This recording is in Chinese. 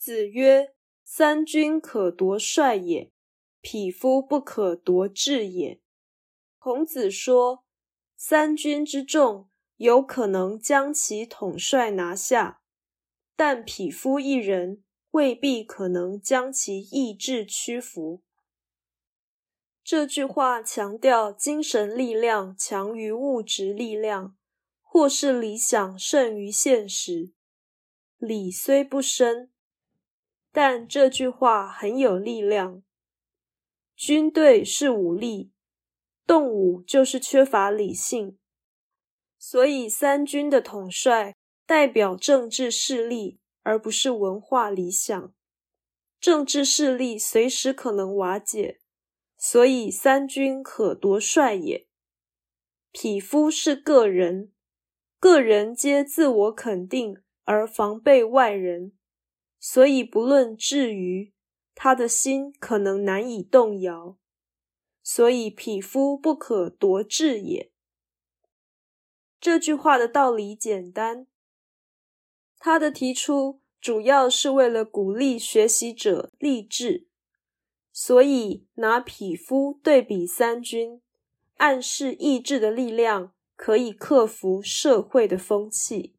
子曰：三军可夺帅也，匹夫不可夺志也。孔子说，三军之众有可能将其统帅拿下，但匹夫一人未必可能将其意志屈服。这句话强调精神力量强于物质力量，或是理想胜于现实。理虽不深，但这句话很有力量。军队是武力，动武就是缺乏理性，所以三军的统帅代表政治势力，而不是文化理想。政治势力随时可能瓦解，所以三军可夺帅也。匹夫是个人，个人皆自我肯定而防备外人，所以不论至于，他的心可能难以动摇，所以匹夫不可夺志也。这句话的道理简单，他的提出主要是为了鼓励学习者立志，所以拿匹夫对比三军，暗示意志的力量可以克服社会的风气。